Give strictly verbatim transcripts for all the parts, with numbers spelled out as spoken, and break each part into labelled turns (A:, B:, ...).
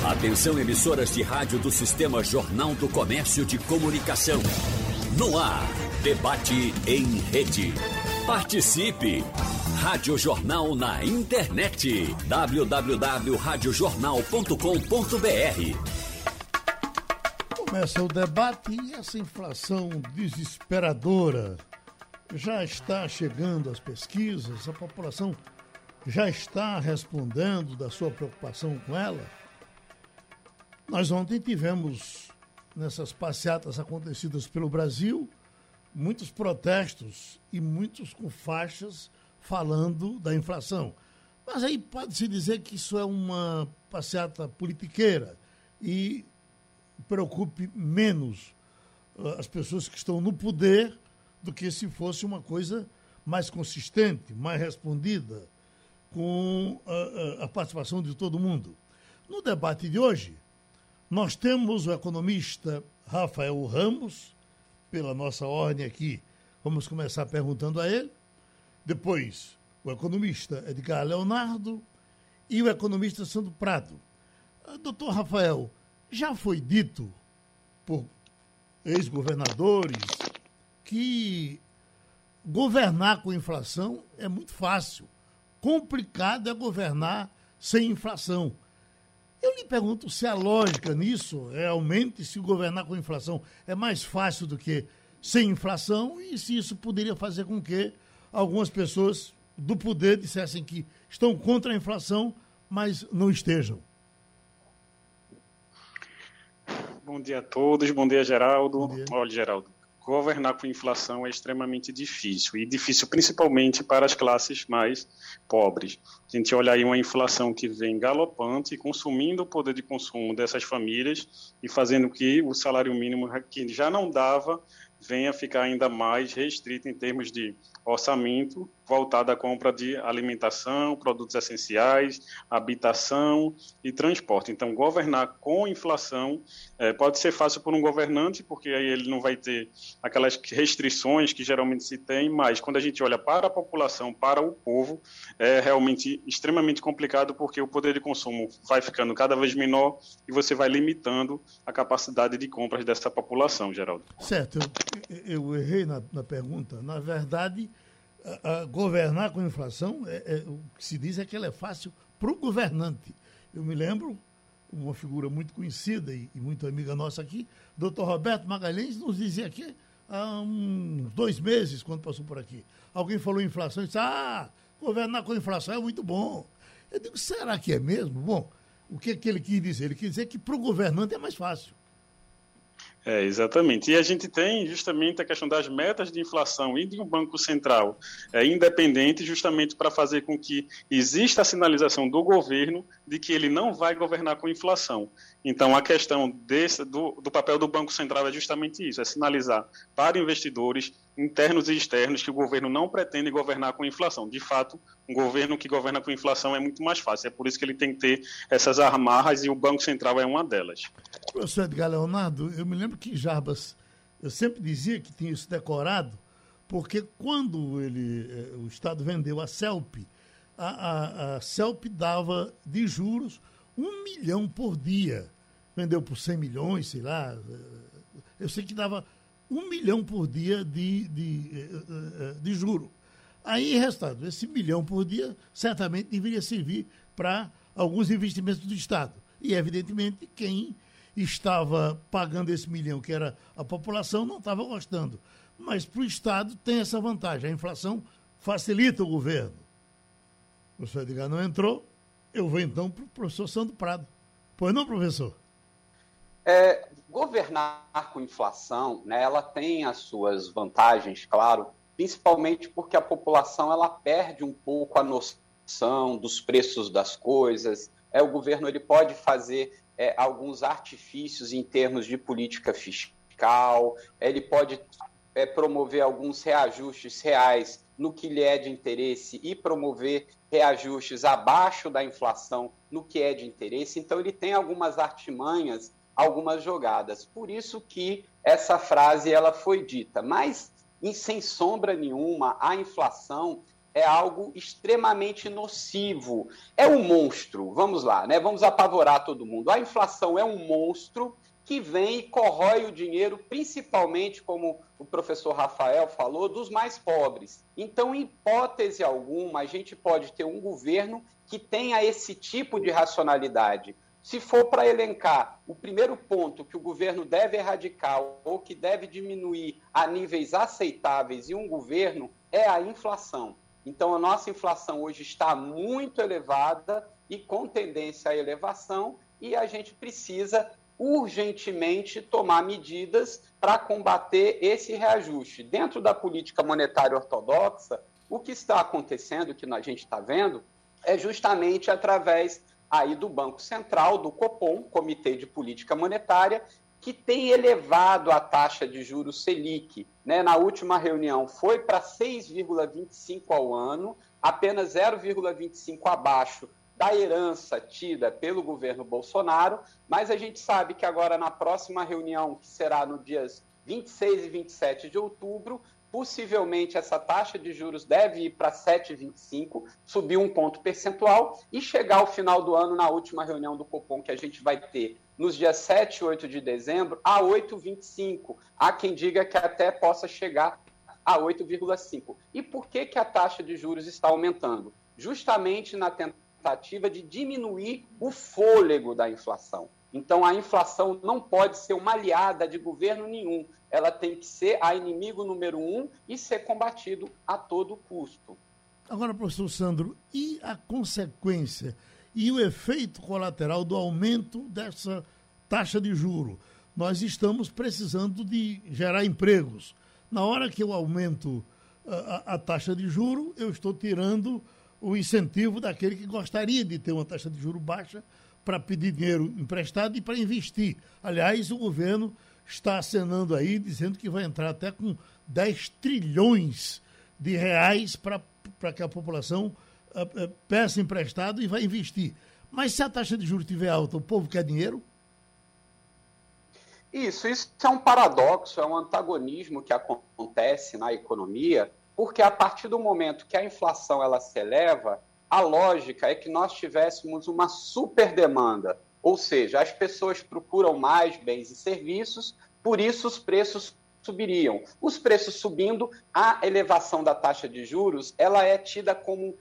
A: Atenção, emissoras de rádio do Sistema Jornal do Comércio de Comunicação. No ar, debate em rede. Participe! Rádio Jornal na internet. w w w ponto rádio jornal ponto com ponto b r.
B: Começa o debate e essa inflação desesperadora já está chegando às pesquisas, a população já está respondendo da sua preocupação com ela. Nós ontem tivemos, nessas passeatas acontecidas pelo Brasil, muitos protestos e muitos com faixas falando da inflação. Mas aí pode-se dizer que isso é uma passeata politiqueira e preocupe menos uh, as pessoas que estão no poder do que se fosse uma coisa mais consistente, mais respondida, com uh, uh, a participação de todo mundo. No debate de hoje, nós temos o economista Rafael Ramos, pela nossa ordem aqui, vamos começar perguntando a ele. Depois, o economista Edgar Leonardo e o economista Sandro Prado. Uh, doutor Rafael, já foi dito por ex-governadores que governar com inflação é muito fácil. Complicado é governar sem inflação. Eu lhe pergunto se a lógica nisso realmente, se governar com inflação é mais fácil do que sem inflação e se isso poderia fazer com que algumas pessoas do poder dissessem que estão contra a inflação, mas não estejam.
C: Bom dia a todos, bom dia, Geraldo.
B: Bom dia.
C: Olha, Geraldo, governar com inflação é extremamente difícil, e difícil principalmente para as classes mais pobres. A gente olha aí uma inflação que vem galopante, consumindo o poder de consumo dessas famílias e fazendo que o salário mínimo, que já não dava, venha ficar ainda mais restrito em termos de orçamento, voltado à compra de alimentação, produtos essenciais, habitação e transporte. Então, governar com inflação eh, pode ser fácil por um governante, porque aí ele não vai ter aquelas restrições que geralmente se tem, mas quando a gente olha para a população, para o povo, é realmente extremamente complicado, porque o poder de consumo vai ficando cada vez menor e você vai limitando a capacidade de compras dessa população, Geraldo.
B: Certo, eu, eu errei na, na pergunta. Na verdade, a, a governar com inflação, é, é, o que se diz é que ela é fácil para o governante. Eu me lembro, uma figura muito conhecida e, e muito amiga nossa aqui, doutor Roberto Magalhães, nos dizia aqui há uns dois meses, quando passou por aqui. Alguém falou em inflação e disse, ah, governar com inflação é muito bom. Eu digo, será que é mesmo? Bom, o que, que ele quis dizer? Ele quis dizer que para o governante é mais fácil.
C: É, exatamente. E a gente tem justamente a questão das metas de inflação e de um Banco Central é, independente, justamente para fazer com que exista a sinalização do governo de que ele não vai governar com inflação. Então, a questão desse, do, do papel do Banco Central é justamente isso, é sinalizar para investidores internos e externos que o governo não pretende governar com inflação. De fato, um governo que governa com inflação é muito mais fácil. É por isso que ele tem que ter essas amarras e o Banco Central é uma delas.
B: Professor Edgar Leonardo, eu me lembro que em Jarbas, eu sempre dizia que tinha isso decorado, porque quando ele, o Estado vendeu a CELP, a, a, a CELP dava de juros um milhão por dia. Vendeu por cem milhões, sei lá. Eu sei que dava um milhão por dia de, de, de juro. Aí, restado, esse milhão por dia certamente deveria servir para alguns investimentos do Estado. E, evidentemente, quem estava pagando esse milhão, que era a população, não estava gostando. Mas para o Estado tem essa vantagem. A inflação facilita o governo. O professor Edgar não entrou, eu vou então para o professor Sandro Prado. Pois não, professor?
D: É, governar com inflação, né, ela tem as suas vantagens, claro, principalmente porque a população ela perde um pouco a noção dos preços das coisas. É, o governo ele pode fazer é, alguns artifícios em termos de política fiscal, ele pode é, promover alguns reajustes reais no que lhe é de interesse e promover reajustes abaixo da inflação no que é de interesse. Então, ele tem algumas artimanhas, algumas jogadas. Por isso que essa frase ela foi dita. Mas, sem sombra nenhuma, a inflação é algo extremamente nocivo. É um monstro, vamos lá, né? Vamos apavorar todo mundo. A inflação é um monstro que vem e corrói o dinheiro, principalmente, como o professor Rafael falou, dos mais pobres. Então, em hipótese alguma, a gente pode ter um governo que tenha esse tipo de racionalidade. Se for para elencar o primeiro ponto que o governo deve erradicar ou que deve diminuir a níveis aceitáveis em um governo, é a inflação. Então, a nossa inflação hoje está muito elevada e com tendência à elevação, e a gente precisa urgentemente tomar medidas para combater esse reajuste. Dentro da política monetária ortodoxa, o que está acontecendo, que a gente está vendo, é justamente através aí do Banco Central, do Copom, Comitê de Política Monetária, que tem elevado a taxa de juros Selic. Né? Na última reunião foi para seis vírgula vinte e cinco ao ano, apenas zero vírgula vinte e cinco abaixo da herança tida pelo governo Bolsonaro, mas a gente sabe que agora na próxima reunião, que será no dias vinte e seis e vinte e sete de outubro, possivelmente essa taxa de juros deve ir para sete vírgula vinte e cinco, subir um ponto percentual e chegar ao final do ano, na última reunião do Copom, que a gente vai ter nos dias sete e oito de dezembro, a oito vírgula vinte e cinco. Há quem diga que até possa chegar a oito vírgula cinco. E por que que a taxa de juros está aumentando? Justamente na tentativa de diminuir o fôlego da inflação. Então, a inflação não pode ser uma aliada de governo nenhum. Ela tem que ser a inimigo número um e ser combatido a todo custo.
B: Agora, professor Sandro, e a consequência e o efeito colateral do aumento dessa taxa de juro? Nós estamos precisando de gerar empregos. Na hora que eu aumento a, a taxa de juro, eu estou tirando o incentivo daquele que gostaria de ter uma taxa de juro baixa para pedir dinheiro emprestado e para investir. Aliás, o governo está acenando aí, dizendo que vai entrar até com dez trilhões de reais para que a população uh, uh, peça emprestado e vai investir. Mas se a taxa de juros estiver alta, o povo quer dinheiro?
D: Isso, isso é um paradoxo, é um antagonismo que acontece na economia, porque a partir do momento que a inflação ela se eleva, a lógica é que nós tivéssemos uma superdemanda, ou seja, as pessoas procuram mais bens e serviços, por isso os preços subiriam. Os preços subindo, a elevação da taxa de juros ela é tida como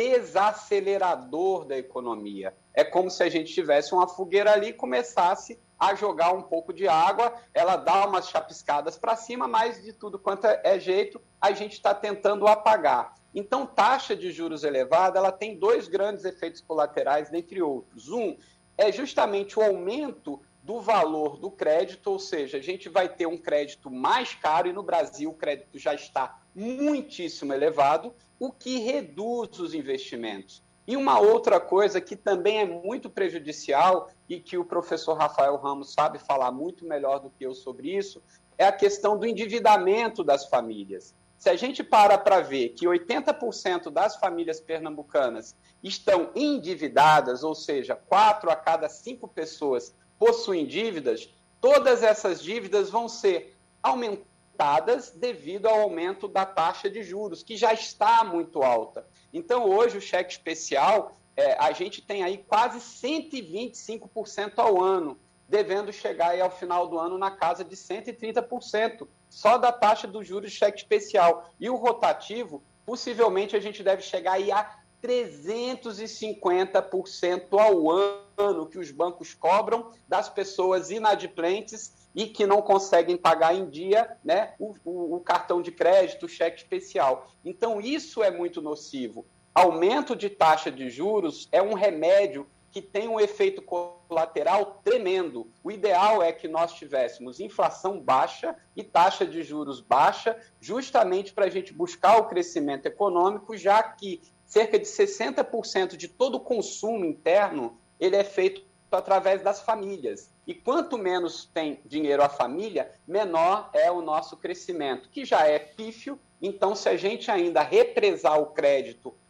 D: desacelerador da economia. É como se a gente tivesse uma fogueira ali e começasse a jogar um pouco de água, ela dá umas chapiscadas para cima, mas de tudo quanto é jeito, a gente está tentando apagar. Então, taxa de juros elevada, ela tem dois grandes efeitos colaterais, dentre outros. Um é justamente o aumento do valor do crédito, ou seja, a gente vai ter um crédito mais caro, e no Brasil o crédito já está muitíssimo elevado, o que reduz os investimentos. E uma outra coisa que também é muito prejudicial e que o professor Rafael Ramos sabe falar muito melhor do que eu sobre isso, é a questão do endividamento das famílias. Se a gente para para ver que oitenta por cento das famílias pernambucanas estão endividadas, ou seja, quatro a cada cinco pessoas possuem dívidas, todas essas dívidas vão ser aumentadas devido ao aumento da taxa de juros, que já está muito alta. Então, hoje, o cheque especial, é, a gente tem aí quase cento e vinte e cinco por cento ao ano, devendo chegar aí ao final do ano na casa de cento e trinta por cento, só da taxa dos juros de cheque especial. E o rotativo, possivelmente, a gente deve chegar aí a trezentos e cinquenta por cento ao ano que os bancos cobram das pessoas inadimplentes e que não conseguem pagar em dia, né, o, o, o cartão de crédito, o cheque especial. Então, isso é muito nocivo. Aumento de taxa de juros é um remédio que tem um efeito colateral tremendo. O ideal é que nós tivéssemos inflação baixa e taxa de juros baixa, justamente para a gente buscar o crescimento econômico, já que cerca de sessenta por cento de todo o consumo interno ele é feito através das famílias. E quanto menos tem dinheiro a família, menor é o nosso crescimento, que já é pífio. Então, se a gente ainda represar o crédito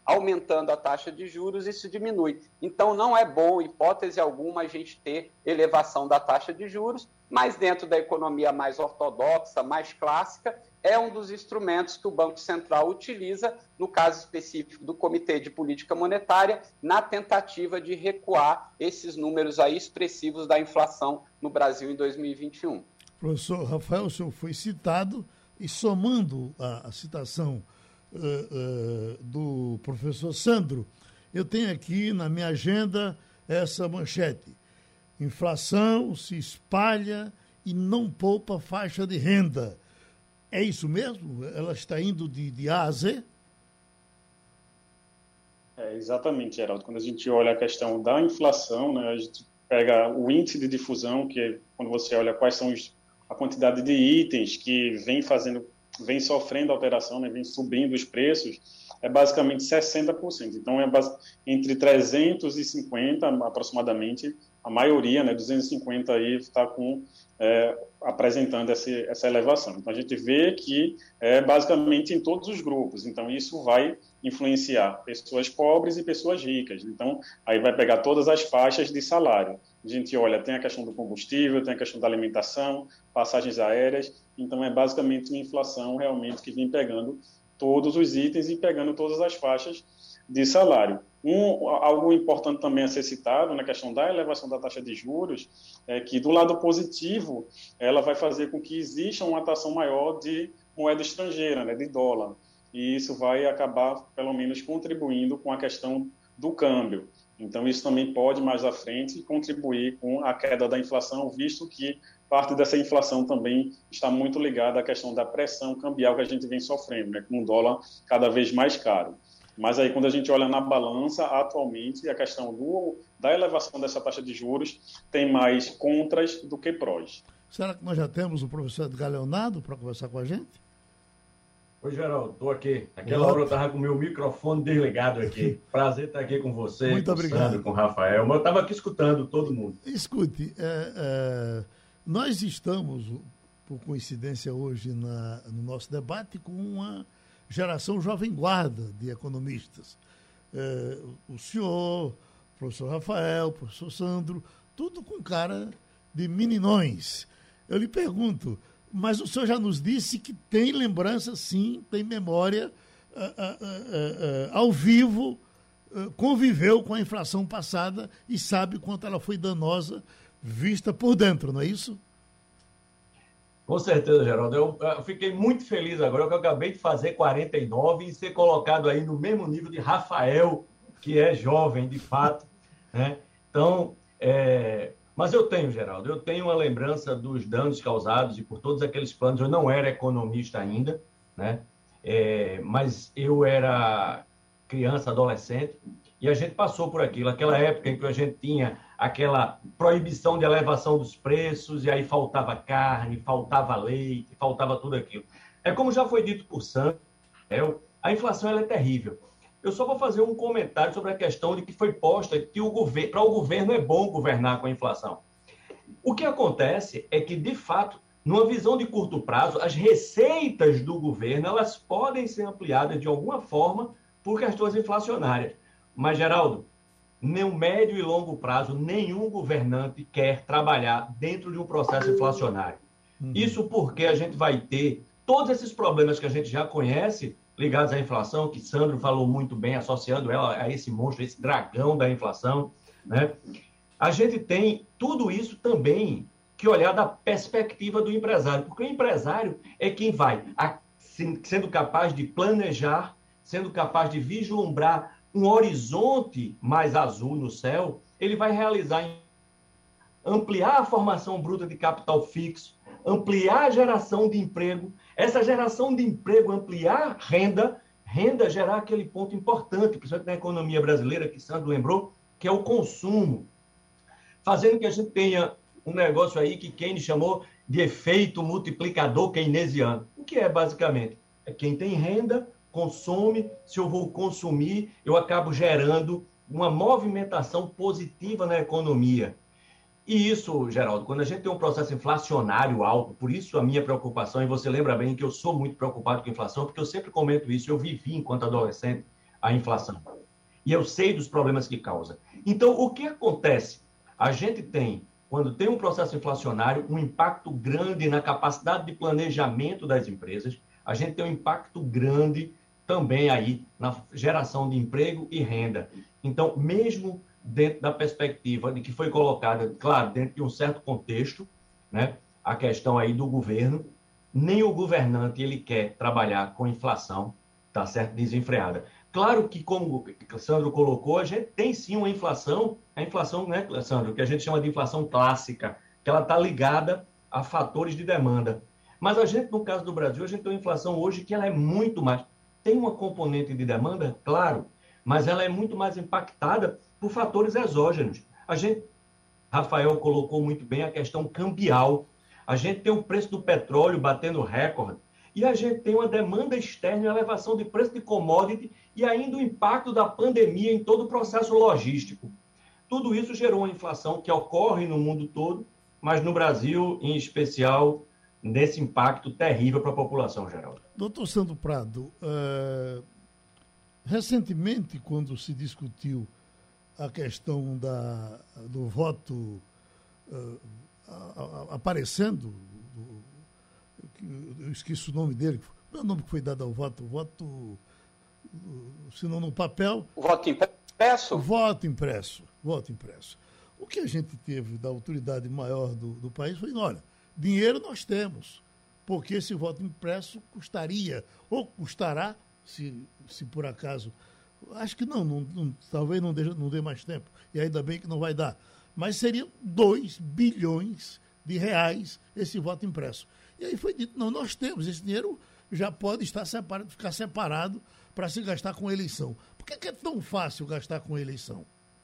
D: aumentando a taxa de juros, isso diminui. Então, não é bom, hipótese alguma, a gente ter elevação da taxa de juros, mas dentro da economia mais ortodoxa, mais clássica, é um dos instrumentos que o Banco Central utiliza, no caso específico do Comitê de Política Monetária, na tentativa de recuar esses números aí expressivos da inflação no Brasil em dois mil e vinte e um.
B: Professor Rafael, o senhor foi citado, e somando a, a citação uh, uh, do professor Sandro, eu tenho aqui na minha agenda essa manchete: inflação se espalha e não poupa faixa de renda. É isso mesmo? Ela está indo de, de A a Z?
C: É, exatamente, Geraldo. Quando a gente olha a questão da inflação, né, a gente pega o índice de difusão, que é quando você olha quais são os, a quantidade de itens que vem fazendo, vem sofrendo alteração, né, vem subindo os preços, é basicamente sessenta por cento. Então, é base, entre trezentos e cinquenta, aproximadamente, a maioria, né, duzentos e cinquenta aí está com... É, apresentando essa, essa elevação. Então, a gente vê que é basicamente em todos os grupos. Então, isso vai influenciar pessoas pobres e pessoas ricas. Então, aí vai pegar todas as faixas de salário. A gente olha, tem a questão do combustível, tem a questão da alimentação, passagens aéreas. Então, é basicamente uma inflação realmente que vem pegando todos os itens e pegando todas as faixas de salário. Um, algo importante também a ser citado na questão da elevação da taxa de juros é que, do lado positivo, ela vai fazer com que exista uma atração maior de moeda estrangeira, né, de dólar. E isso vai acabar, pelo menos, contribuindo com a questão do câmbio. Então, isso também pode, mais à frente, contribuir com a queda da inflação, visto que parte dessa inflação também está muito ligada à questão da pressão cambial que a gente vem sofrendo, né, com o dólar cada vez mais caro. Mas aí, quando a gente olha na balança, atualmente, a questão do, da elevação dessa taxa de juros tem mais contras do que prós.
B: Será que nós já temos o professor Edgar Leonardo para conversar com a gente?
E: Oi, Geraldo, estou aqui. Aquela Olá. hora eu estava com o meu microfone desligado aqui. Prazer estar aqui com você,
B: Muito
E: com
B: obrigado.
E: o Sandro, com o Rafael. Mas eu estava aqui escutando todo mundo.
B: Escute, é, é, nós estamos, por coincidência, hoje na, no nosso debate com uma geração jovem guarda de economistas. É, o senhor, o professor Rafael, o professor Sandro, tudo com cara de meninões. Eu lhe pergunto, mas o senhor já nos disse que tem lembrança, sim, tem memória, uh, uh, uh, uh, ao vivo, uh, conviveu com a inflação passada e sabe quanto ela foi danosa vista por dentro, não é isso?
E: Com certeza, Geraldo. Eu, eu fiquei muito feliz agora que eu acabei de fazer quarenta e nove e ser colocado aí no mesmo nível de Rafael, que é jovem, de fato, né? Então, é... mas eu tenho, Geraldo, eu tenho uma lembrança dos danos causados e por todos aqueles planos. Eu não era economista ainda, né? É... mas eu era criança, adolescente, e a gente passou por aquilo, aquela época em que a gente tinha aquela proibição de elevação dos preços, e aí faltava carne, faltava leite, faltava tudo aquilo. É como já foi dito por Sandro, a inflação ela é terrível. Eu só vou fazer um comentário sobre a questão de que foi posta que o governo, para o governo é bom governar com a inflação. O que acontece é que, de fato, numa visão de curto prazo, as receitas do governo elas podem ser ampliadas de alguma forma por questões inflacionárias. Mas, Geraldo, no médio e longo prazo, nenhum governante quer trabalhar dentro de um processo inflacionário. Uhum. Isso porque a gente vai ter todos esses problemas que a gente já conhece ligados à inflação, que Sandro falou muito bem, associando ela a esse monstro, a esse dragão da inflação, né? A gente tem tudo isso também que olhar da perspectiva do empresário, porque o empresário é quem vai, sendo capaz de planejar, sendo capaz de vislumbrar um horizonte mais azul no céu, ele vai realizar, ampliar a formação bruta de capital fixo, ampliar a geração de emprego, essa geração de emprego, ampliar renda, renda gerar aquele ponto importante, principalmente na economia brasileira, que Sandro lembrou, que é o consumo, fazendo que a gente tenha um negócio aí que Keynes chamou de efeito multiplicador keynesiano. O que é, basicamente? É quem tem renda, consome, se eu vou consumir, eu acabo gerando uma movimentação positiva na economia. E isso, Geraldo, quando a gente tem um processo inflacionário alto, por isso a minha preocupação, e você lembra bem que eu sou muito preocupado com a inflação, porque eu sempre comento isso, eu vivi enquanto adolescente a inflação. E eu sei dos problemas que causa. Então, o que acontece? A gente tem, quando tem um processo inflacionário, um impacto grande na capacidade de planejamento das empresas. A gente tem um impacto grande também aí na geração de emprego e renda. Então, mesmo dentro da perspectiva de que foi colocada, claro, dentro de um certo contexto, né, a questão aí do governo, nem o governante ele quer trabalhar com inflação, tá certo, desenfreada. Claro que, como o Sandro colocou, a gente tem sim uma inflação, a inflação, né, Sandro, que a gente chama de inflação clássica, que ela está ligada a fatores de demanda. Mas a gente, no caso do Brasil, a gente tem uma inflação hoje que ela é muito mais... Tem uma componente de demanda, claro, mas ela é muito mais impactada por fatores exógenos. A gente, Rafael colocou muito bem a questão cambial. A gente tem o preço do petróleo batendo recorde e a gente tem uma demanda externa e elevação de preço de commodity e ainda o impacto da pandemia em todo o processo logístico. Tudo isso gerou uma inflação que ocorre no mundo todo, mas no Brasil, em especial, nesse impacto terrível para a população, Geraldo.
B: Doutor Sandro Prado, uh, recentemente, quando se discutiu a questão da, do voto uh, a, a, aparecendo, do, eu esqueço o nome dele, não é o nome que foi dado ao voto, o voto, uh, se não no papel...
D: O voto impresso?
B: O voto impresso, voto impresso. O que a gente teve da autoridade maior do, do país foi, olha, dinheiro nós temos, porque esse voto impresso custaria, ou custará, se, se por acaso, acho que não, não, não talvez não dê, não dê mais tempo, e ainda bem que não vai dar, mas seria dois bilhões de reais esse voto impresso. E aí foi dito, não, nós temos, esse dinheiro já pode estar separado, ficar separado para se gastar com eleição. Por que, que é tão fácil gastar com eleição?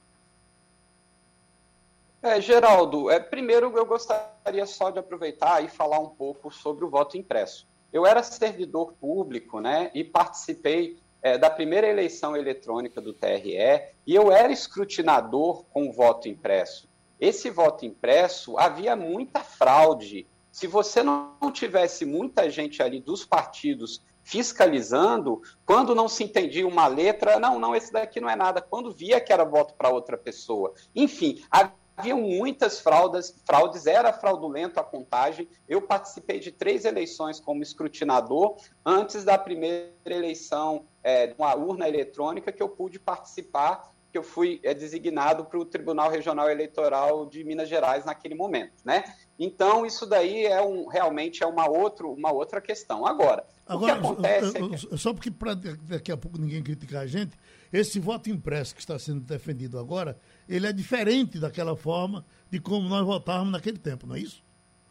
D: É, Geraldo, é, primeiro eu gostaria só de aproveitar e falar um pouco sobre o voto impresso. Eu era servidor público, né, e participei é, da primeira eleição eletrônica do T R E e eu era escrutinador com o voto impresso. Esse voto impresso, havia muita fraude. Se você não tivesse muita gente ali dos partidos fiscalizando, quando não se entendia uma letra, não, não, esse daqui não é nada, quando via que era voto para outra pessoa. Enfim, a Havia muitas fraudes, fraudes, era fraudulento a contagem. Eu participei de três eleições como escrutinador, antes da primeira eleição é, de uma urna eletrônica que eu pude participar, que eu fui é, designado para o Tribunal Regional Eleitoral de Minas Gerais naquele momento, né? Então, isso daí é um, realmente é uma, outro, uma outra questão. Agora,
B: Agora,
D: o que acontece é que...
B: Só porque para daqui a pouco ninguém criticar a gente, esse voto impresso que está sendo defendido agora, ele é diferente daquela forma de como nós votávamos naquele tempo, não é isso?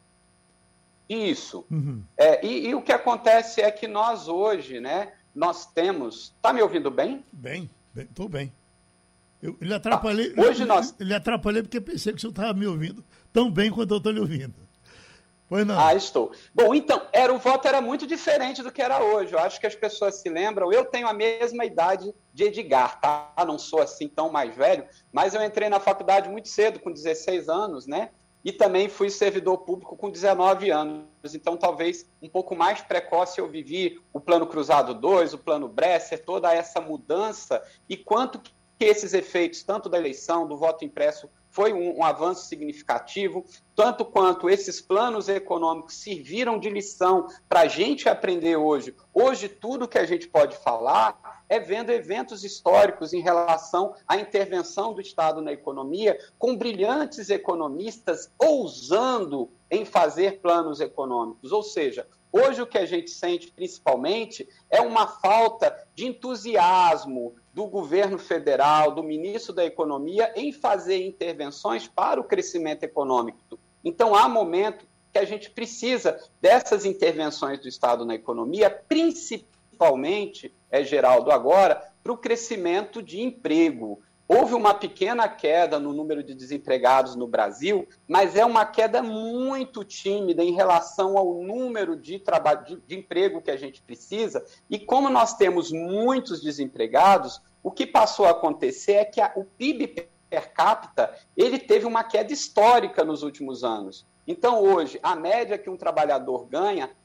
D: Isso.
B: Uhum.
D: É, e, e o que acontece é que nós hoje, né, nós temos... Está me ouvindo bem?
B: Bem, estou bem. Eu, ele atrapalhei,
D: ah, hoje
B: ele,
D: nós...
B: ele atrapalhei porque pensei que o senhor estava me ouvindo tão bem quanto eu estou lhe ouvindo. Pois não.
D: Ah, estou. Bom, então, era, o voto era muito diferente do que era hoje. Eu acho que as pessoas se lembram. Eu tenho a mesma idade de Edgar, tá? Não sou assim tão mais velho, mas eu entrei na faculdade muito cedo, com dezesseis anos, né? E também fui servidor público com dezenove anos. Então, talvez um pouco mais precoce eu vivi o Plano Cruzado dois, o Plano Bresser, toda essa mudança e quanto que esses efeitos, tanto da eleição, do voto impresso, foi um, um avanço significativo, tanto quanto esses planos econômicos serviram de lição para a gente aprender hoje. Hoje, tudo que a gente pode falar é vendo eventos históricos em relação à intervenção do Estado na economia, com brilhantes economistas ousando em fazer planos econômicos. Ou seja, hoje o que a gente sente principalmente é uma falta de entusiasmo do governo federal, do ministro da Economia, em fazer intervenções para o crescimento econômico. Então, há momento que a gente precisa dessas intervenções do Estado na economia, principalmente, é, Geraldo, agora, para o crescimento de emprego. Houve uma pequena queda no número de desempregados no Brasil, mas é uma queda muito tímida em relação ao número de, trabalho, de, de emprego que a gente precisa. E como nós temos muitos desempregados, o que passou a acontecer é que a, o P I B per capita ele teve uma queda histórica nos últimos anos. Então, hoje, a média que um trabalhador ganha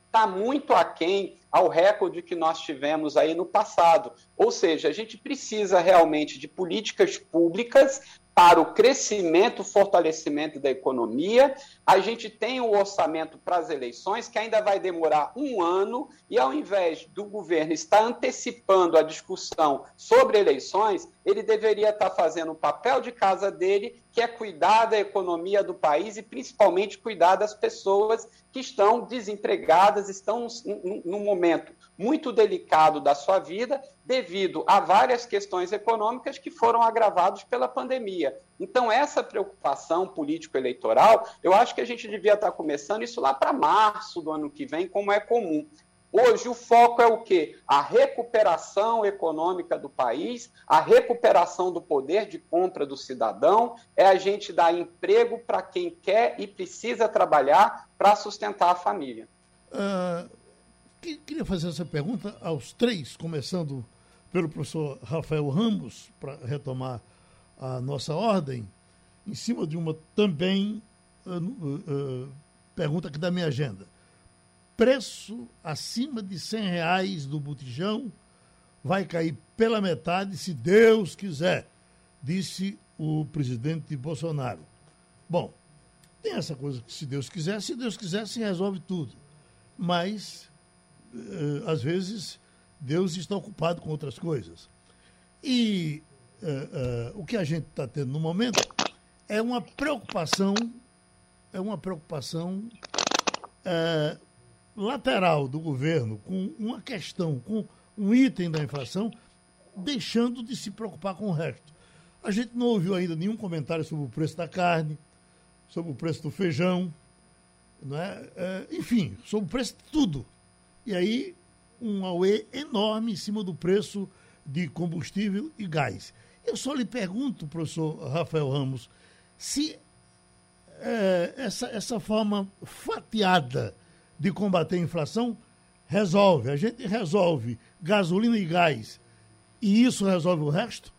D: está muito aquém ao recorde que nós tivemos aí no passado. Ou seja, a gente precisa realmente de políticas públicas para o crescimento, fortalecimento da economia. A gente tem o orçamento para as eleições, que ainda vai demorar um ano, e ao invés do governo estar antecipando a discussão sobre eleições, ele deveria estar fazendo o papel de casa dele, que é cuidar da economia do país e principalmente cuidar das pessoas que estão desempregadas, estão num, num momento muito delicado da sua vida, devido a várias questões econômicas que foram agravadas pela pandemia. Então, essa preocupação político-eleitoral, eu acho que a gente devia estar começando isso lá para março do ano que vem, como é comum. Hoje, o foco é o quê? A recuperação econômica do país, a recuperação do poder de compra do cidadão, é a gente dar emprego para quem quer e precisa trabalhar para sustentar a família.
B: Uh, queria fazer essa pergunta aos três, começando pelo professor Rafael Ramos, para retomar a nossa ordem, em cima de uma também uh, uh, uh, pergunta aqui da minha agenda. Preço acima de cem reais do botijão vai cair pela metade, se Deus quiser, disse o presidente Bolsonaro. Bom, tem essa coisa que se Deus quiser, se Deus quiser se resolve tudo. Mas, uh, às vezes, Deus está ocupado com outras coisas. E uh, uh, o que a gente está tendo no momento é uma preocupação, é uma preocupação uh, lateral do governo com uma questão, com um item da inflação, deixando de se preocupar com o resto. A gente não ouviu ainda nenhum comentário sobre o preço da carne, sobre o preço do feijão, não é? É, enfim, sobre o preço de tudo. E aí, um auê enorme em cima do preço de combustível e gás. Eu só lhe pergunto, professor Rafael Ramos, se é, essa, essa forma fatiada de combater a inflação resolve. A gente resolve gasolina e gás e isso resolve o resto?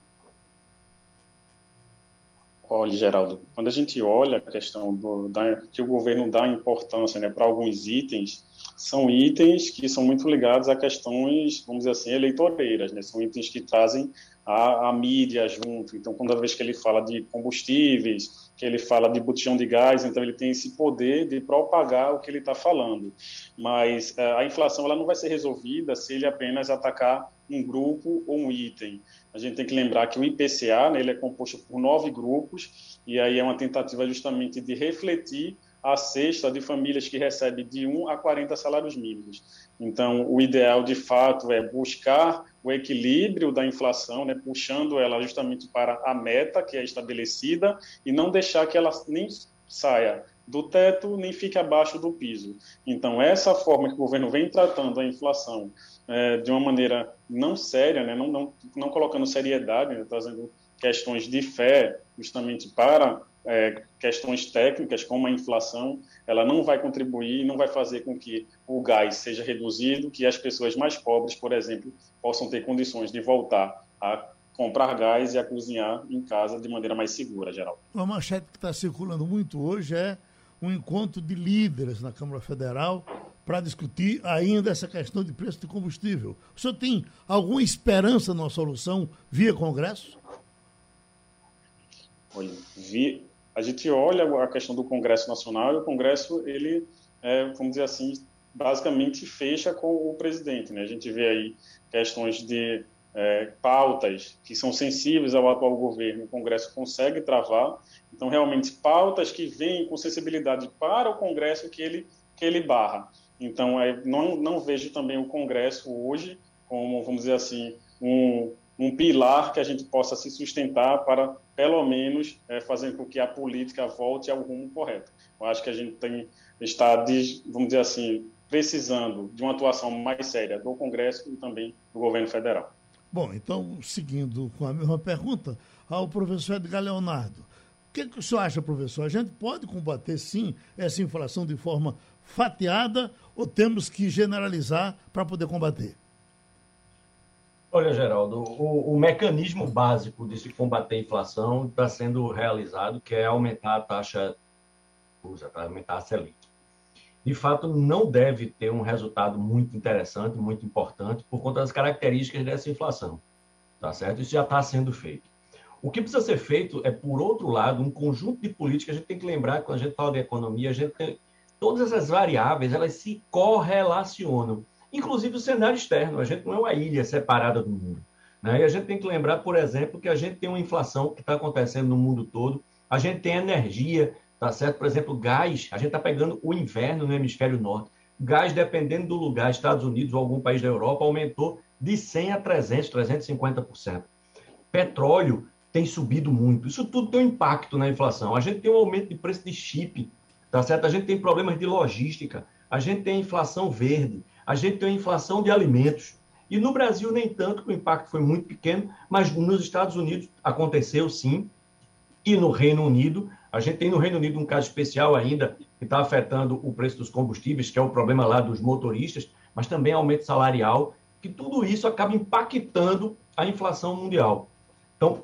C: Olha, Geraldo, quando a gente olha a questão do, da, que o governo dá importância, né, para alguns itens, são itens que são muito ligados a questões, vamos dizer assim, eleitoreiras, né? São itens que trazem a, a mídia junto. Então, quando a vez que ele fala de combustíveis, que ele fala de botijão de gás, então ele tem esse poder de propagar o que ele está falando. Mas a inflação ela não vai ser resolvida se ele apenas atacar um grupo ou um item. A gente tem que lembrar que o I P C A, né, ele é composto por nove grupos, e aí é uma tentativa justamente de refletir a cesta de famílias que recebem de um a quarenta salários mínimos. Então, o ideal, de fato, é buscar o equilíbrio da inflação, né, puxando ela justamente para a meta que é estabelecida e não deixar que ela nem saia do teto, nem fique abaixo do piso. Então, essa forma que o governo vem tratando a inflação é, de uma maneira não séria, né, não, não, não colocando seriedade, né, trazendo questões de fé justamente para é, questões técnicas, como a inflação, ela não vai contribuir, não vai fazer com que o gás seja reduzido, que as pessoas mais pobres, por exemplo, possam ter condições de voltar a comprar gás e a cozinhar em casa de maneira mais segura, Geraldo.
B: Uma manchete que está circulando muito hoje é um encontro de líderes na Câmara Federal para discutir ainda essa questão de preço de combustível. O senhor tem alguma esperança numa solução via Congresso?
C: Olha, vi, a gente olha a questão do Congresso Nacional e o Congresso, ele, é, vamos dizer assim, basicamente fecha com o presidente, né? A gente vê aí questões de é, pautas que são sensíveis ao atual governo, o Congresso consegue travar. Então, realmente, pautas que vêm com sensibilidade para o Congresso que ele, que ele barra. Então, é, não, não vejo também o Congresso hoje como, vamos dizer assim, um, um pilar que a gente possa se sustentar para, pelo menos, é, fazer com que a política volte ao rumo correto. Eu acho que a gente tem, está, vamos dizer assim, precisando de uma atuação mais séria do Congresso e também do governo federal.
B: Bom, então, seguindo com a mesma pergunta, ao professor Edgar Leonardo. O que, que o senhor acha, professor? A gente pode combater, sim, essa inflação de forma fatiada ou temos que generalizar para poder combater?
E: Olha, Geraldo, o, o mecanismo básico de se combater a inflação está sendo realizado, que é aumentar a taxa, para aumentar a Selic. de fato, não deve ter um resultado muito interessante, muito importante, por conta das características dessa inflação. Tá certo? Isso já está sendo feito. O que precisa ser feito é, por outro lado, um conjunto de políticas. A gente tem que lembrar que quando a gente fala de economia, a gente tem todas essas variáveis, elas se correlacionam. Inclusive o cenário externo. A gente não é uma ilha separada do mundo, né? E a gente tem que lembrar, por exemplo, que a gente tem uma inflação que está acontecendo no mundo todo. A gente tem energia, tá certo? Por exemplo, gás. A gente está pegando o inverno no hemisfério norte. Gás, dependendo do lugar, Estados Unidos ou algum país da Europa, aumentou de cem a trezentos, trezentos e cinquenta por cento. Petróleo tem subido muito. Isso tudo tem um impacto na inflação. A gente tem um aumento de preço de chip, tá certo? A gente tem problemas de logística, a gente tem inflação verde, a gente tem inflação de alimentos. E no Brasil, nem tanto, que o impacto foi muito pequeno, mas nos Estados Unidos aconteceu sim, e no Reino Unido. A gente tem no Reino Unido um caso especial ainda, que está afetando o preço dos combustíveis, que é o problema lá dos motoristas, mas também aumento salarial, que tudo isso acaba impactando a inflação mundial. Então,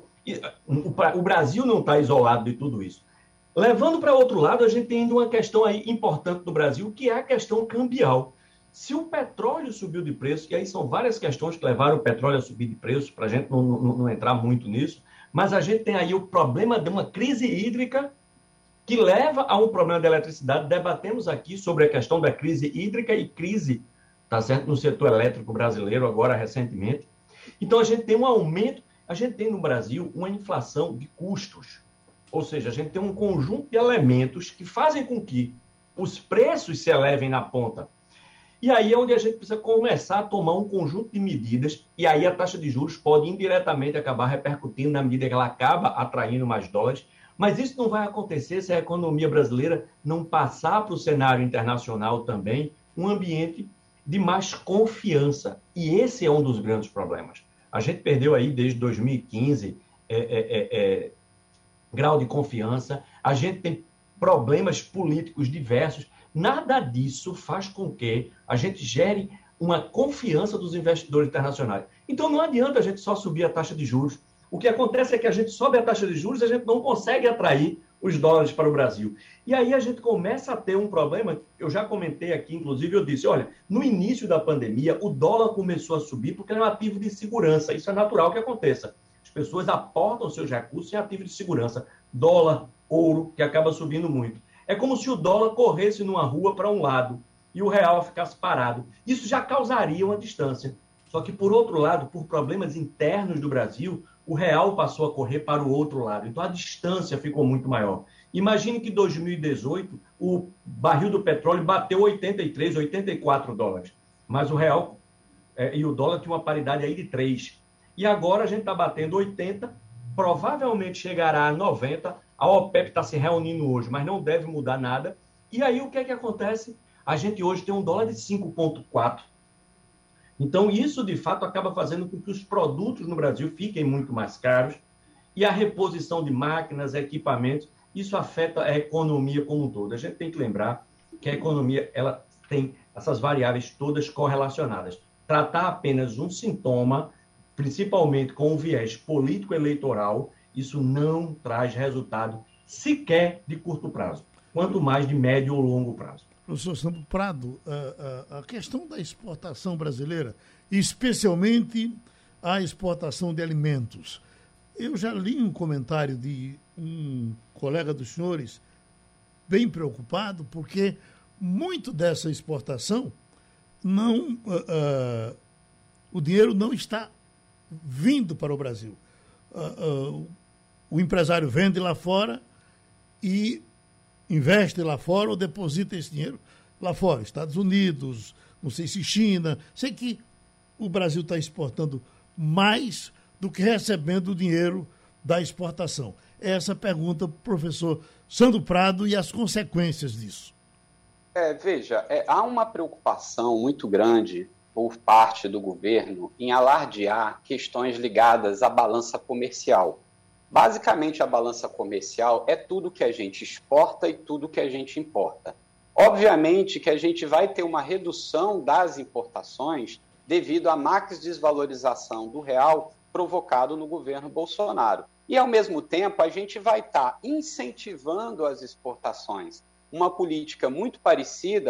E: o Brasil não está isolado de tudo isso. Levando para outro lado, a gente tem ainda uma questão aí importante no Brasil, que é a questão cambial. Se o petróleo subiu de preço, e aí são várias questões que levaram o petróleo a subir de preço, para a gente não, não, não entrar muito nisso, mas a gente tem aí o problema de uma crise hídrica que leva a um problema de eletricidade. Debatemos aqui sobre a questão da crise hídrica e crise, tá certo, no setor elétrico brasileiro, agora recentemente. Então, a gente tem um aumento, a gente tem no Brasil uma inflação de custos. Ou seja, a gente tem um conjunto de elementos que fazem com que os preços se elevem na ponta. E aí é onde a gente precisa começar a tomar um conjunto de medidas, e aí a taxa de juros pode indiretamente acabar repercutindo na medida que ela acaba atraindo mais dólares, mas isso não vai acontecer se a economia brasileira não passar para o cenário internacional também um ambiente de mais confiança. E esse é um dos grandes problemas. A gente perdeu aí desde dois mil e quinze é, é, é, é, grau de confiança, a gente tem problemas políticos diversos. Nada disso faz com que a gente gere uma confiança dos investidores internacionais. Então não adianta a gente só subir a taxa de juros. O que acontece é que a gente sobe a taxa de juros e a gente não consegue atrair os dólares para o Brasil. E aí a gente começa a ter um problema, eu já comentei aqui, inclusive eu disse, olha, no início da pandemia, o dólar começou a subir porque é um ativo de segurança. Isso é natural que aconteça. As pessoas aportam seus recursos em ativo de segurança. Dólar, ouro, que acaba subindo muito. É como se o dólar corresse numa rua para um lado e o real ficasse parado. Isso já causaria uma distância. Só que, por outro lado, por problemas internos do Brasil, o real passou a correr para o outro lado. Então, a distância ficou muito maior. Imagine que em dois mil e dezoito, o barril do petróleo bateu oitenta e três, oitenta e quatro dólares. Mas o real é, e o dólar tinha uma paridade aí de três. E agora a gente está batendo oitenta, provavelmente chegará a noventa. A OPEP está se reunindo hoje, mas não deve mudar nada. E aí o que é que acontece? A gente hoje tem um dólar de cinco vírgula quatro. Então, isso, de fato, acaba fazendo com que os produtos no Brasil fiquem muito mais caros e a reposição de máquinas, equipamentos, isso afeta a economia como um todo. A gente tem que lembrar que a economia ela tem essas variáveis todas correlacionadas. Tratar apenas um sintoma, principalmente com um viés político-eleitoral, isso não traz resultado sequer de curto prazo, quanto mais de médio ou longo prazo.
B: Professor Sandro Prado, a, a, a questão da exportação brasileira, especialmente a exportação de alimentos. Eu já li um comentário de um colega dos senhores bem preocupado, porque muito dessa exportação, não, uh, uh, o dinheiro não está vindo para o Brasil. Uh, uh, o empresário vende lá fora e investe lá fora ou deposita esse dinheiro lá fora, Estados Unidos, não sei se China. Sei que o Brasil está exportando mais do que recebendo o dinheiro da exportação. Essa pergunta para o professor Sandro Prado e as consequências disso.
D: É, veja, é, há uma preocupação muito grande por parte do governo em alardear questões ligadas à balança comercial. Basicamente, a balança comercial é tudo que a gente exporta e tudo que a gente importa. Obviamente que a gente vai ter uma redução das importações devido à max desvalorização do real provocado no governo Bolsonaro. E, ao mesmo tempo, a gente vai estar incentivando as exportações. Uma política muito parecida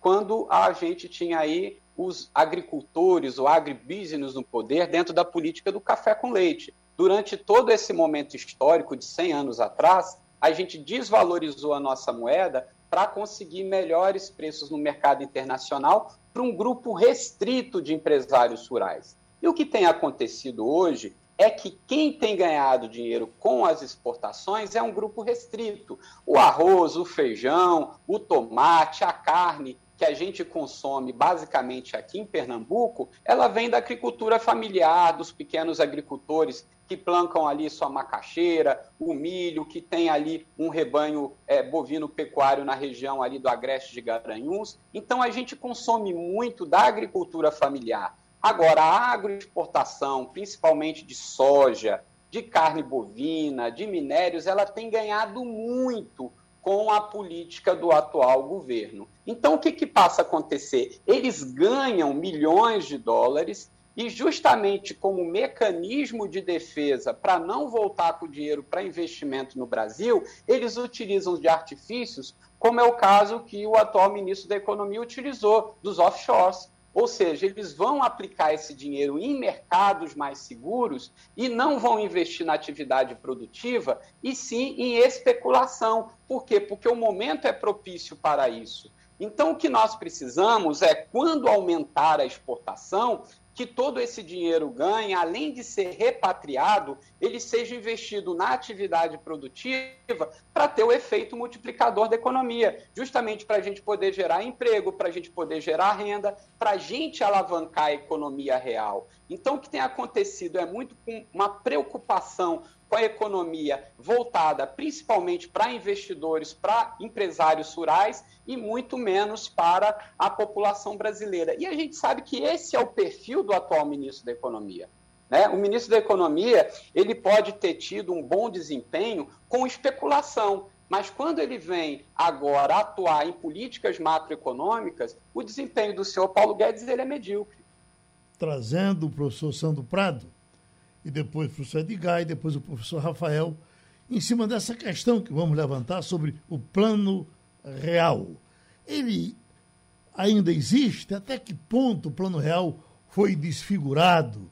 D: quando a gente tinha aí os agricultores, o agribusiness no poder dentro da política do café com leite. Durante todo esse momento histórico de cem anos atrás, a gente desvalorizou a nossa moeda para conseguir melhores preços no mercado internacional para um grupo restrito de empresários rurais. E o que tem acontecido hoje é que quem tem ganhado dinheiro com as exportações é um grupo restrito. O arroz, o feijão, o tomate, a carne que a gente consome basicamente aqui em Pernambuco, ela vem da agricultura familiar, dos pequenos agricultores que plantam ali sua macaxeira, o milho, que tem ali um rebanho é, bovino-pecuário na região ali do Agreste de Garanhuns. Então, a gente consome muito da agricultura familiar. Agora, a agroexportação, principalmente de soja, de carne bovina, de minérios, ela tem ganhado muito com a política do atual governo. Então, o que, que passa a acontecer? Eles ganham milhões de dólares e, justamente como mecanismo de defesa para não voltar com o dinheiro para investimento no Brasil, eles utilizam de artifícios, como é o caso que o atual ministro da Economia utilizou, dos offshores. Ou seja, eles vão aplicar esse dinheiro em mercados mais seguros e não vão investir na atividade produtiva, e sim em especulação. Por quê? Porque o momento é propício para isso. Então, o que nós precisamos é, quando aumentar a exportação, que todo esse dinheiro ganhe, além de ser repatriado, ele seja investido na atividade produtiva para ter o efeito multiplicador da economia, justamente para a gente poder gerar emprego, para a gente poder gerar renda, para a gente alavancar a economia real. Então, o que tem acontecido é muito com uma preocupação com a economia voltada principalmente para investidores, para empresários rurais e muito menos para a população brasileira. E a gente sabe que esse é o perfil do atual ministro da Economia, né? O ministro da Economia, ele pode ter tido um bom desempenho com especulação, mas quando ele vem agora atuar em políticas macroeconômicas, o desempenho do senhor Paulo Guedes ele é medíocre.
B: Trazendo o professor Sandro Prado, e depois o professor Edgar, e depois o professor Rafael, em cima dessa questão que vamos levantar sobre o Plano Real. Ele ainda existe? Até que ponto o Plano Real foi desfigurado?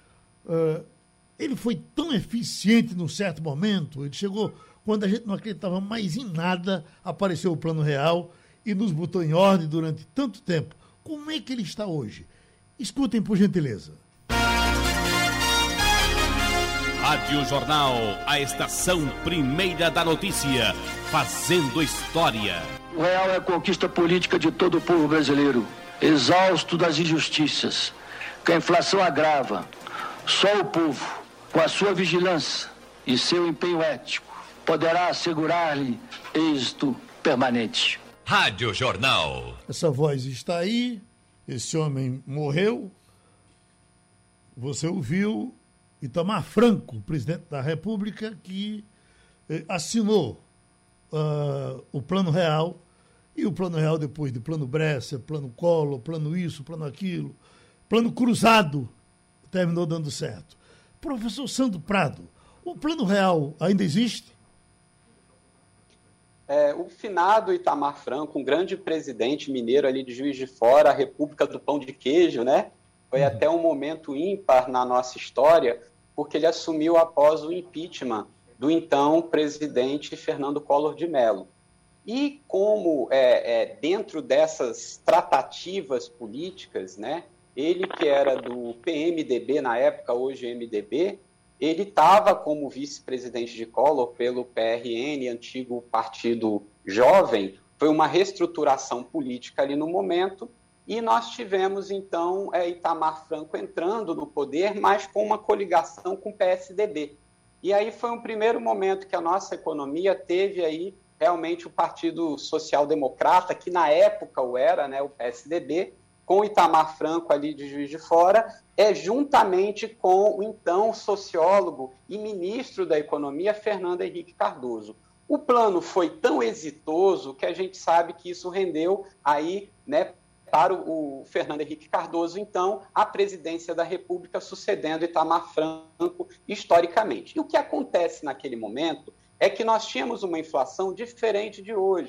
B: Uh, ele foi tão eficiente num certo momento, ele chegou quando a gente não acreditava mais em nada, apareceu o Plano Real e nos botou em ordem durante tanto tempo. Como é que ele está hoje? Escutem, por gentileza.
A: Rádio Jornal, a estação primeira da notícia, fazendo história.
F: O real é a conquista política de todo o povo brasileiro, exausto das injustiças, que a inflação agrava. Só o povo, com a sua vigilância e seu empenho ético, poderá assegurar-lhe êxito permanente.
A: Rádio Jornal.
B: Essa voz está aí, esse homem morreu, você ouviu Itamar Franco, presidente da República, que eh, assinou uh, o Plano Real, e o Plano Real depois de Plano Bresser, Plano Collor, Plano isso, Plano aquilo, Plano Cruzado, terminou dando certo. Professor Sandro Prado, o Plano Real ainda existe?
D: É, o finado Itamar Franco, um grande presidente mineiro ali de Juiz de Fora, a República do Pão de Queijo, né? Foi uhum. até um momento ímpar na nossa história, porque ele assumiu após o impeachment do então presidente Fernando Collor de Mello. E como é, é, dentro dessas tratativas políticas, né, ele que era do P M D B na época, hoje M D B, ele estava como vice-presidente de Collor pelo P R N, antigo Partido Jovem, foi uma reestruturação política ali no momento, e nós tivemos, então, é, Itamar Franco entrando no poder, mas com uma coligação com o P S D B. E aí foi um primeiro momento que a nossa economia teve aí realmente o Partido Social Democrata, que na época o era, né, o P S D B, com o Itamar Franco ali de Juiz de Fora, é juntamente com o então sociólogo e ministro da Economia, Fernando Henrique Cardoso. O plano foi tão exitoso que a gente sabe que isso rendeu aí, né, para o Fernando Henrique Cardoso, então, a presidência da República, sucedendo Itamar Franco historicamente. E o que acontece naquele momento é que nós tínhamos uma inflação diferente de hoje.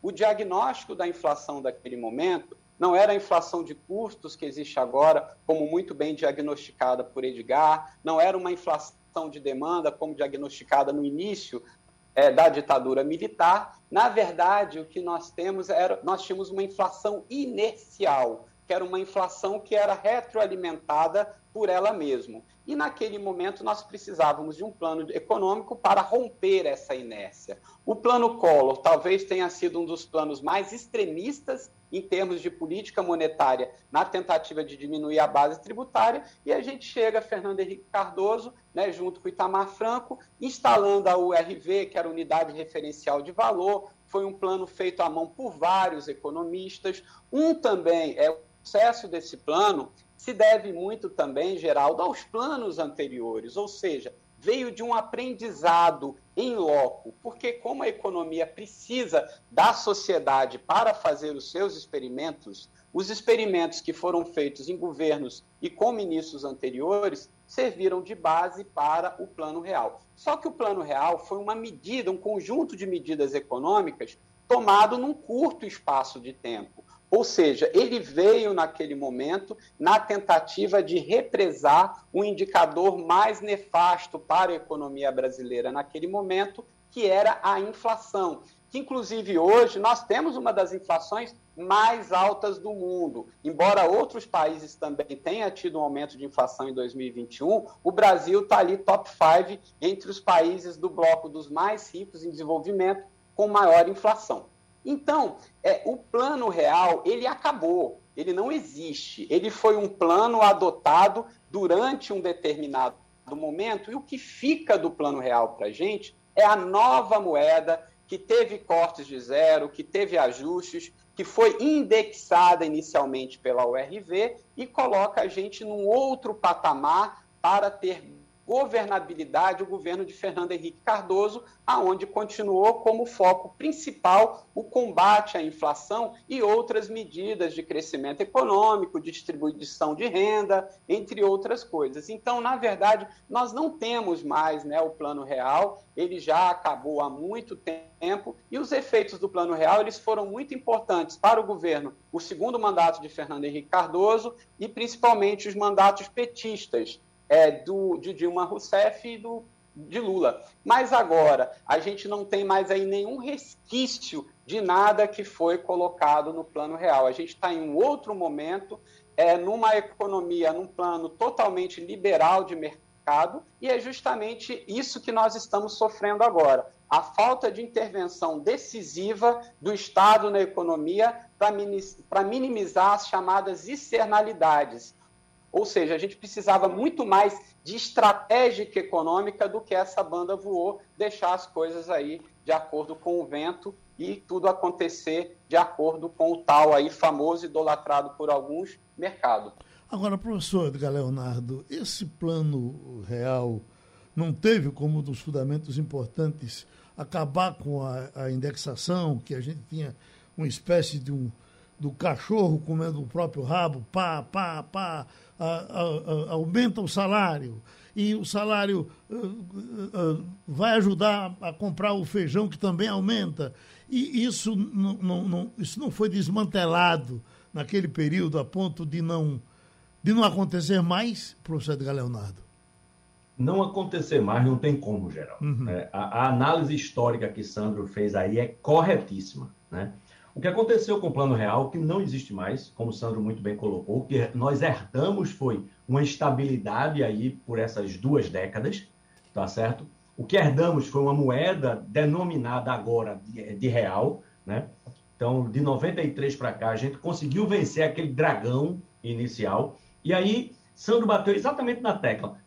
D: o diagnóstico da inflação daquele momento não era a inflação de custos que existe agora, como muito bem diagnosticada por Edgar, não era uma inflação de demanda, como diagnosticada no início é, da ditadura militar. Na verdade, o que nós temos era, nós tínhamos uma inflação inercial, que era uma inflação que era retroalimentada por ela mesma. E, naquele momento, nós precisávamos de um plano econômico para romper essa inércia. O plano Collor talvez tenha sido um dos planos mais extremistas em termos de política monetária na tentativa de diminuir a base tributária, e a gente chega a Fernando Henrique Cardoso, né, junto com o Itamar Franco, instalando a U R V, que era a Unidade Referencial de Valor. Foi um plano feito à mão por vários economistas. Um também, é o sucesso desse plano se deve muito também, Geraldo, aos planos anteriores, ou seja, veio de um aprendizado em loco, porque como a economia precisa da sociedade para fazer os seus experimentos, os experimentos que foram feitos em governos e com ministros anteriores serviram de base para o Plano Real. Só que o Plano Real foi uma medida, um conjunto de medidas econômicas tomado num curto espaço de tempo. Ou seja, ele veio naquele momento na tentativa de represar um indicador mais nefasto para a economia brasileira naquele momento, que era a inflação, que inclusive hoje nós temos uma das inflações mais altas do mundo. Embora outros países também tenham tido um aumento de inflação em dois mil e vinte e um, o Brasil está ali top cinco entre os países do bloco dos mais ricos em desenvolvimento com maior inflação. Então, é, o Plano Real, ele acabou, ele não existe. Ele foi um plano adotado durante um determinado momento, e o que fica do Plano Real para a gente é a nova moeda que teve cortes de zero, que teve ajustes, que foi indexada inicialmente pela U R V e coloca a gente num outro patamar para ter governabilidade, o governo de Fernando Henrique Cardoso, aonde continuou como foco principal o combate à inflação e outras medidas de crescimento econômico, de distribuição de renda, entre outras coisas. Então, na verdade, nós não temos mais, né, o Plano Real, ele já acabou há muito tempo, e os efeitos do Plano Real eles foram muito importantes para o governo, o segundo mandato de Fernando Henrique Cardoso e principalmente os mandatos petistas, É, do, de Dilma Rousseff e do, de Lula. Mas agora, a gente não tem mais aí nenhum resquício de nada que foi colocado no Plano Real. A gente está em um outro momento, é, numa economia, num plano totalmente liberal de mercado, e é justamente isso que nós estamos sofrendo agora. A falta de intervenção decisiva do Estado na economia para minimizar as chamadas externalidades. Ou seja, a gente precisava muito mais de estratégia econômica do que essa banda voou, deixar as coisas aí de acordo com o vento e tudo acontecer de acordo com o tal aí famoso, idolatrado por alguns, mercado.
B: Agora, professor Edgar Leonardo, esse Plano Real não teve como um dos fundamentos importantes acabar com a, a indexação, que a gente tinha uma espécie de um do cachorro comendo o próprio rabo, pá, pá, pá, a, a, a, aumenta o salário, e o salário uh, uh, vai ajudar a comprar o feijão, que também aumenta. E isso não, não, não, isso não foi desmantelado naquele período a ponto de não, de não acontecer mais, professor Edgar Leonardo?
E: Não acontecer mais não tem como, Geraldo. Uhum. É, a, a análise histórica que Sandro fez aí é corretíssima, né? O que aconteceu com o Plano Real, que não existe mais, como o Sandro muito bem colocou, o que nós herdamos foi uma estabilidade aí por essas duas décadas, tá certo? O que herdamos foi uma moeda denominada agora de, de real, né? Então, de noventa e três para cá, a gente conseguiu vencer aquele dragão inicial, e aí Sandro bateu exatamente na tecla.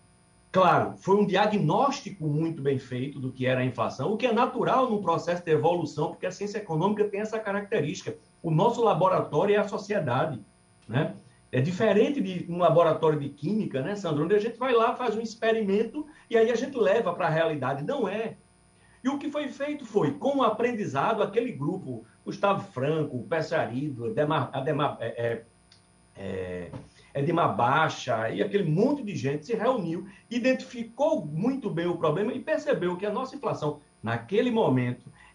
E: Claro, foi um diagnóstico muito bem feito do que era a inflação, o que é natural num processo de evolução, porque a ciência econômica tem essa característica. O nosso laboratório é a sociedade, né? É diferente de um laboratório de química, né, Sandro? Onde a gente vai lá, faz um experimento e aí a gente leva para a realidade. Não é. E o que foi feito foi, com o aprendizado, aquele grupo, Gustavo Franco, Pessarido, Ademar, Ademar, é, é, é, Edmar Baixa e aquele monte de gente se reuniu, identificou muito bem o problema e percebeu que a nossa inflação, naquele momento,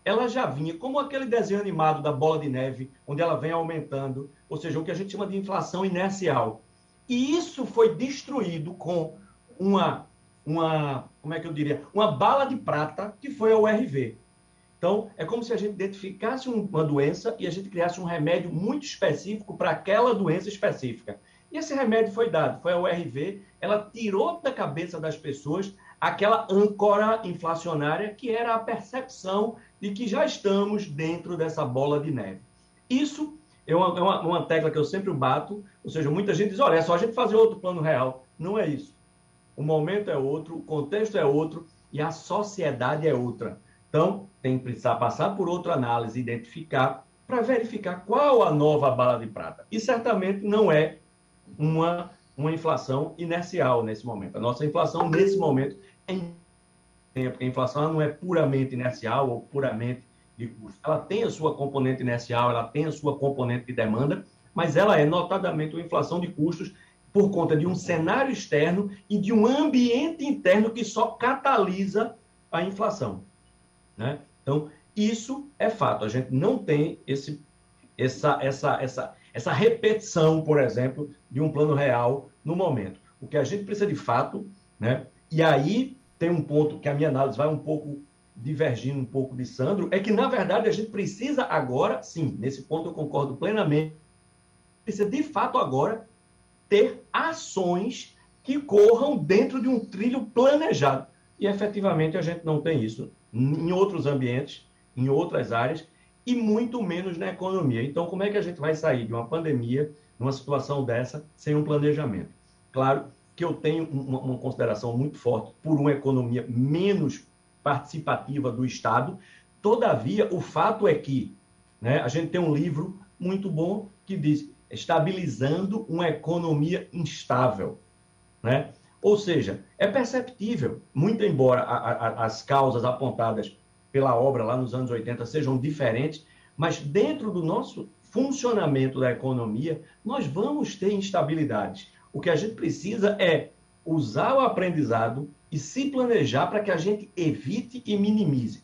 E: ela já vinha como aquele desenho animado da bola de neve, onde ela vem aumentando, ou seja, o que a gente chama de inflação inercial. E isso foi destruído com uma, uma, como é que eu diria, uma bala de prata, que foi a U R V. Então, é como se a gente identificasse uma doença e a gente criasse um remédio muito específico para aquela doença específica. E esse remédio foi dado, foi a U R V, ela tirou da cabeça das pessoas aquela âncora inflacionária que era a percepção de que já estamos dentro dessa bola de neve. Isso é uma, é uma, uma tecla que eu sempre bato, ou seja, muita gente diz, olha, é só a gente fazer outro plano real. Não é isso. O momento é outro, o contexto é outro e a sociedade é outra. Então, tem que precisar passar por outra análise, identificar, para verificar qual a nova bala de prata. E certamente não é uma, uma inflação inercial nesse momento. A nossa inflação, nesse momento, é porque a inflação ela não é puramente inercial ou puramente de custo. Ela tem a sua componente inercial, ela tem a sua componente de demanda, mas ela é notadamente uma inflação de custos por conta de um cenário externo e de um ambiente interno que só catalisa a inflação, né? Então, isso é fato. A gente não tem esse, essa, essa, essa, essa repetição, por exemplo, de um plano real no momento. O que a gente precisa de fato, né? E aí tem um ponto que a minha análise vai um pouco divergindo um pouco de Sandro, é que, na verdade, a gente precisa agora, sim, nesse ponto eu concordo plenamente, precisa de fato agora ter ações que corram dentro de um trilho planejado. E, efetivamente, a gente não tem isso em outros ambientes, em outras áreas, e muito menos na economia. Então, como é que a gente vai sair de uma pandemia, numa situação dessa, sem um planejamento? Claro que eu tenho uma, uma consideração muito forte por uma economia menos participativa do Estado. Todavia, o fato é que, né, a gente tem um livro muito bom que diz estabilizando uma economia instável, né? Ou seja, é perceptível, muito embora a, a, as causas apontadas pela obra lá nos anos oitenta sejam diferentes, mas dentro do nosso funcionamento da economia, nós vamos ter instabilidades. O que a gente precisa é usar o aprendizado e se planejar para que a gente evite e minimize.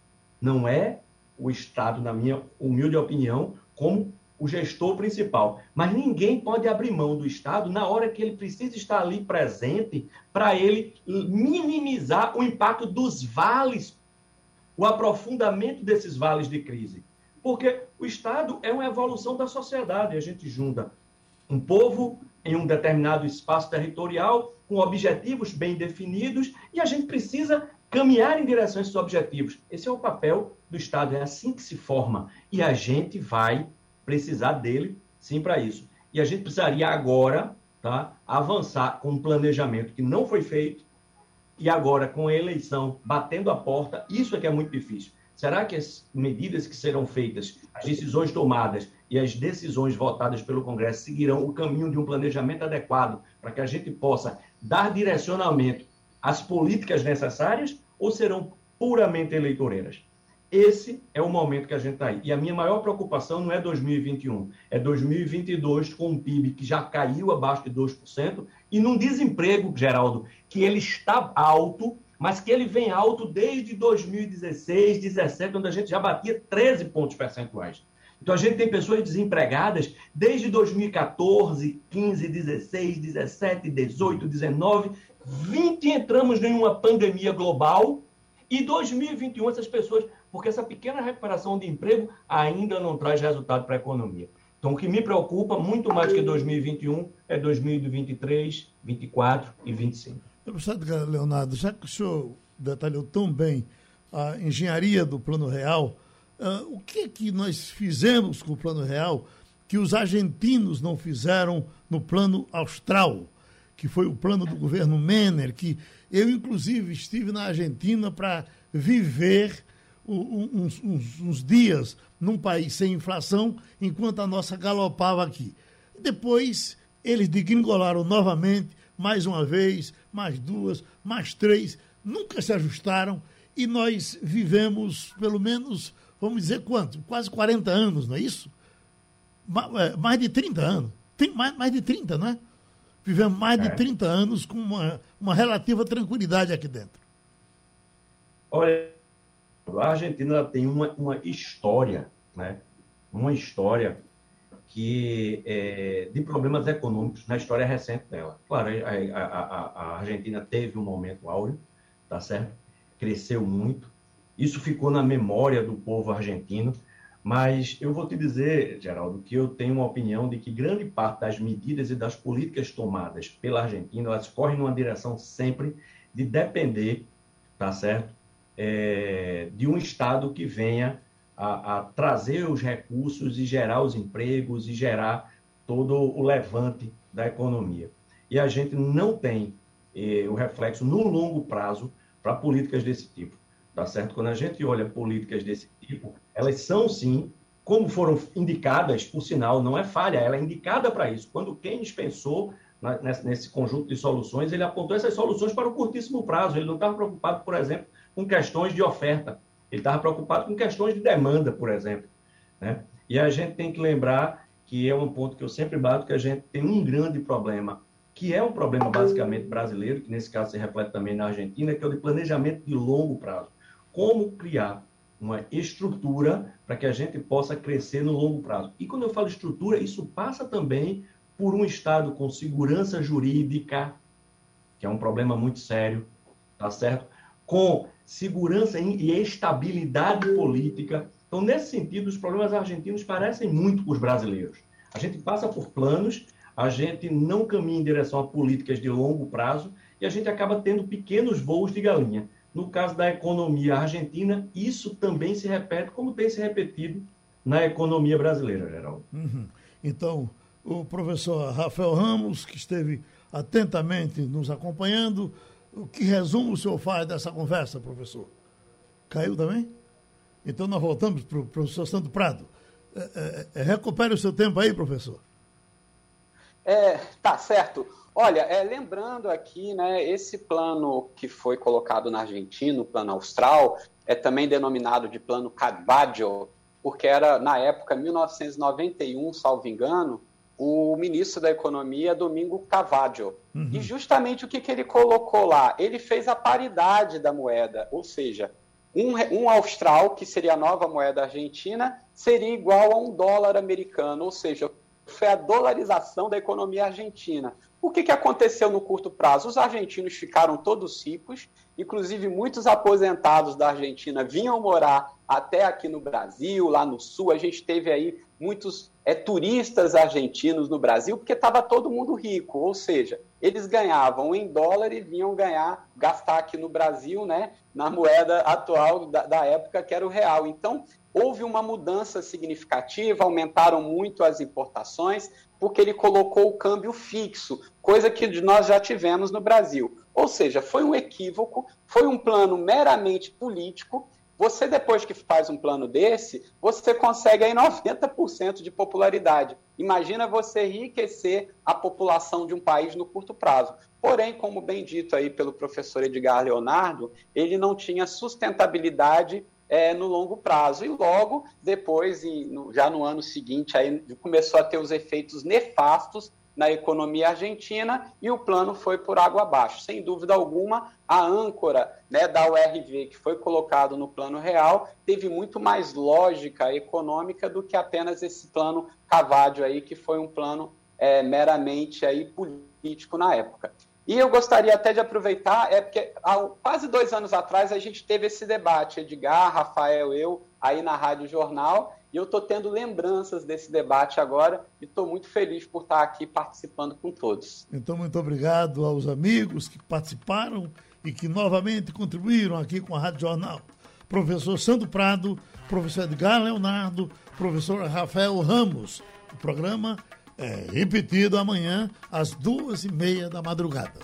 E: Não é o Estado, na minha humilde opinião, como o gestor principal. Mas ninguém pode abrir mão do Estado na hora que ele precisa estar ali presente para ele minimizar o impacto dos vales, o aprofundamento desses vales de crise. Porque o Estado é uma evolução da sociedade. A gente junta um povo em um determinado espaço territorial com objetivos bem definidos e a gente precisa caminhar em direção a esses objetivos. Esse é o papel do Estado, é assim que se forma. E a gente vai precisar dele, sim, para isso. E a gente precisaria agora, tá, avançar com um planejamento que não foi feito e agora com a eleição batendo a porta, isso é que é muito difícil. Será que as medidas que serão feitas, as decisões tomadas e as decisões votadas pelo Congresso seguirão o caminho de um planejamento adequado para que a gente possa dar direcionamento às políticas necessárias ou serão puramente eleitoreiras? Esse é o momento que a gente está aí. E a minha maior preocupação não é dois mil e vinte e um, é dois mil e vinte e dois com um P I B que já caiu abaixo de dois por cento e num desemprego, Geraldo, que ele está alto, mas que ele vem alto desde dois mil e dezesseis, dezessete, onde a gente já batia treze pontos percentuais. Então, a gente tem pessoas desempregadas desde dois mil e quatorze, quinze, dezesseis, dezessete, dezoito, dezenove, vinte entramos em uma pandemia global e dois mil e vinte e um essas pessoas, porque essa pequena recuperação de emprego ainda não traz resultado para a economia. Então, o que me preocupa muito mais que dois mil e vinte e um é dois mil e vinte e três, vinte e quatro e vinte e cinco.
B: Deputado Leonardo, já que o senhor detalhou tão bem a engenharia do Plano Real, uh, o que é que nós fizemos com o Plano Real que os argentinos não fizeram no Plano Austral, que foi o plano do governo Menem, que eu, inclusive, estive na Argentina para viver uns, uns, uns dias num país sem inflação, enquanto a nossa galopava aqui. Depois, eles degringolaram novamente, mais uma vez, mais duas, mais três, nunca se ajustaram e nós vivemos, pelo menos, vamos dizer quanto? Quase quarenta anos, não é isso? Mais de trinta anos. Tem mais, mais de trinta, não é? Vivemos mais de trinta anos com uma, uma relativa tranquilidade aqui dentro.
E: Olha, A Argentina ela tem uma, uma história, né? Uma história que, é, de problemas econômicos na história recente dela. Claro, a, a, a, a Argentina teve um momento áureo, tá certo? Cresceu muito. Isso ficou na memória do povo argentino, mas eu vou te dizer, Geraldo, que eu tenho uma opinião de que grande parte das medidas e das políticas tomadas pela Argentina, elas correm numa direção sempre de depender, tá certo? É, de um Estado que venha A, a trazer os recursos e gerar os empregos e gerar todo o levante da economia. E a gente não tem eh, o reflexo no longo prazo para políticas desse tipo, tá certo? Quando a gente olha políticas desse tipo, elas são sim, como foram indicadas, por sinal, não é falha, ela é indicada para isso. Quando Keynes pensou na, nesse, nesse conjunto de soluções, ele apontou essas soluções para o curtíssimo prazo, ele não estava preocupado, por exemplo, com questões de oferta. Ele estava preocupado com questões de demanda, por exemplo, né? E a gente tem que lembrar que é um ponto que eu sempre bato, que a gente tem um grande problema, que é um problema basicamente brasileiro, que nesse caso se reflete também na Argentina, que é o de planejamento de longo prazo. Como criar uma estrutura para que a gente possa crescer no longo prazo. E quando eu falo estrutura, isso passa também por um Estado com segurança jurídica, que é um problema muito sério, tá certo? Com segurança e estabilidade política. Então, nesse sentido, os problemas argentinos parecem muito com os brasileiros. A gente passa por planos, a gente não caminha em direção a políticas de longo prazo e a gente acaba tendo pequenos voos de galinha. No caso da economia argentina, isso também se repete, como tem se repetido na economia brasileira, Geraldo.
B: Uhum. Então, o professor Rafael Ramos, que esteve atentamente nos acompanhando, o que resumo o senhor faz dessa conversa, professor? Caiu também? Então nós voltamos para o professor Santo Prado. É, é, recupere o seu tempo aí, professor.
D: É, tá certo. Olha, é, lembrando aqui, né, esse plano que foi colocado na Argentina, o plano austral, é também denominado de plano Carvalho, porque era, na época, mil novecentos e noventa e um, salvo engano, o ministro da Economia, Domingo Cavallo. Uhum. E justamente o que, que ele colocou lá? Ele fez a paridade da moeda, ou seja, um, um austral, que seria a nova moeda argentina, seria igual a um dólar americano, ou seja, foi a dolarização da economia argentina. O que, que aconteceu no curto prazo? Os argentinos ficaram todos ricos, inclusive muitos aposentados da Argentina vinham morar até aqui no Brasil, lá no Sul. A gente teve aí muitos é, turistas argentinos no Brasil, porque estava todo mundo rico, ou seja, eles ganhavam em dólar e vinham ganhar, gastar aqui no Brasil, né, na moeda atual da, da época, que era o real. Então, houve uma mudança significativa, aumentaram muito as importações, porque ele colocou o câmbio fixo, coisa que nós já tivemos no Brasil. Ou seja, foi um equívoco, foi um plano meramente político. Você, depois que faz um plano desse, você consegue aí noventa por cento de popularidade. Imagina você enriquecer a população de um país no curto prazo. Porém, como bem dito aí pelo professor Edgar Leonardo, ele não tinha sustentabilidade É, no longo prazo. E logo depois, e no, já no ano seguinte, aí começou a ter os efeitos nefastos na economia argentina e o plano foi por água abaixo. Sem dúvida alguma, a âncora, né, da U R V que foi colocado no plano real teve muito mais lógica econômica do que apenas esse plano Cavallo aí, que foi um plano é, meramente aí, político na época. E eu gostaria até de aproveitar, é porque há quase dois anos atrás a gente teve esse debate, Edgar, Rafael, eu, aí na Rádio Jornal, e eu estou tendo lembranças desse debate agora e estou muito feliz por estar aqui participando com todos.
B: Então, muito obrigado aos amigos que participaram e que novamente contribuíram aqui com a Rádio Jornal. Professor Santo Prado, professor Edgar Leonardo, professor Rafael Ramos. O programa é repetido amanhã às duas e meia da madrugada.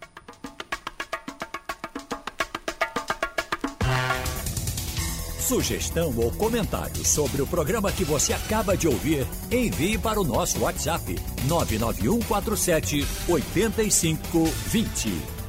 A: Sugestão ou comentário sobre o programa que você acaba de ouvir, envie para o nosso WhatsApp nove nove um quatro sete oito cinco dois zero.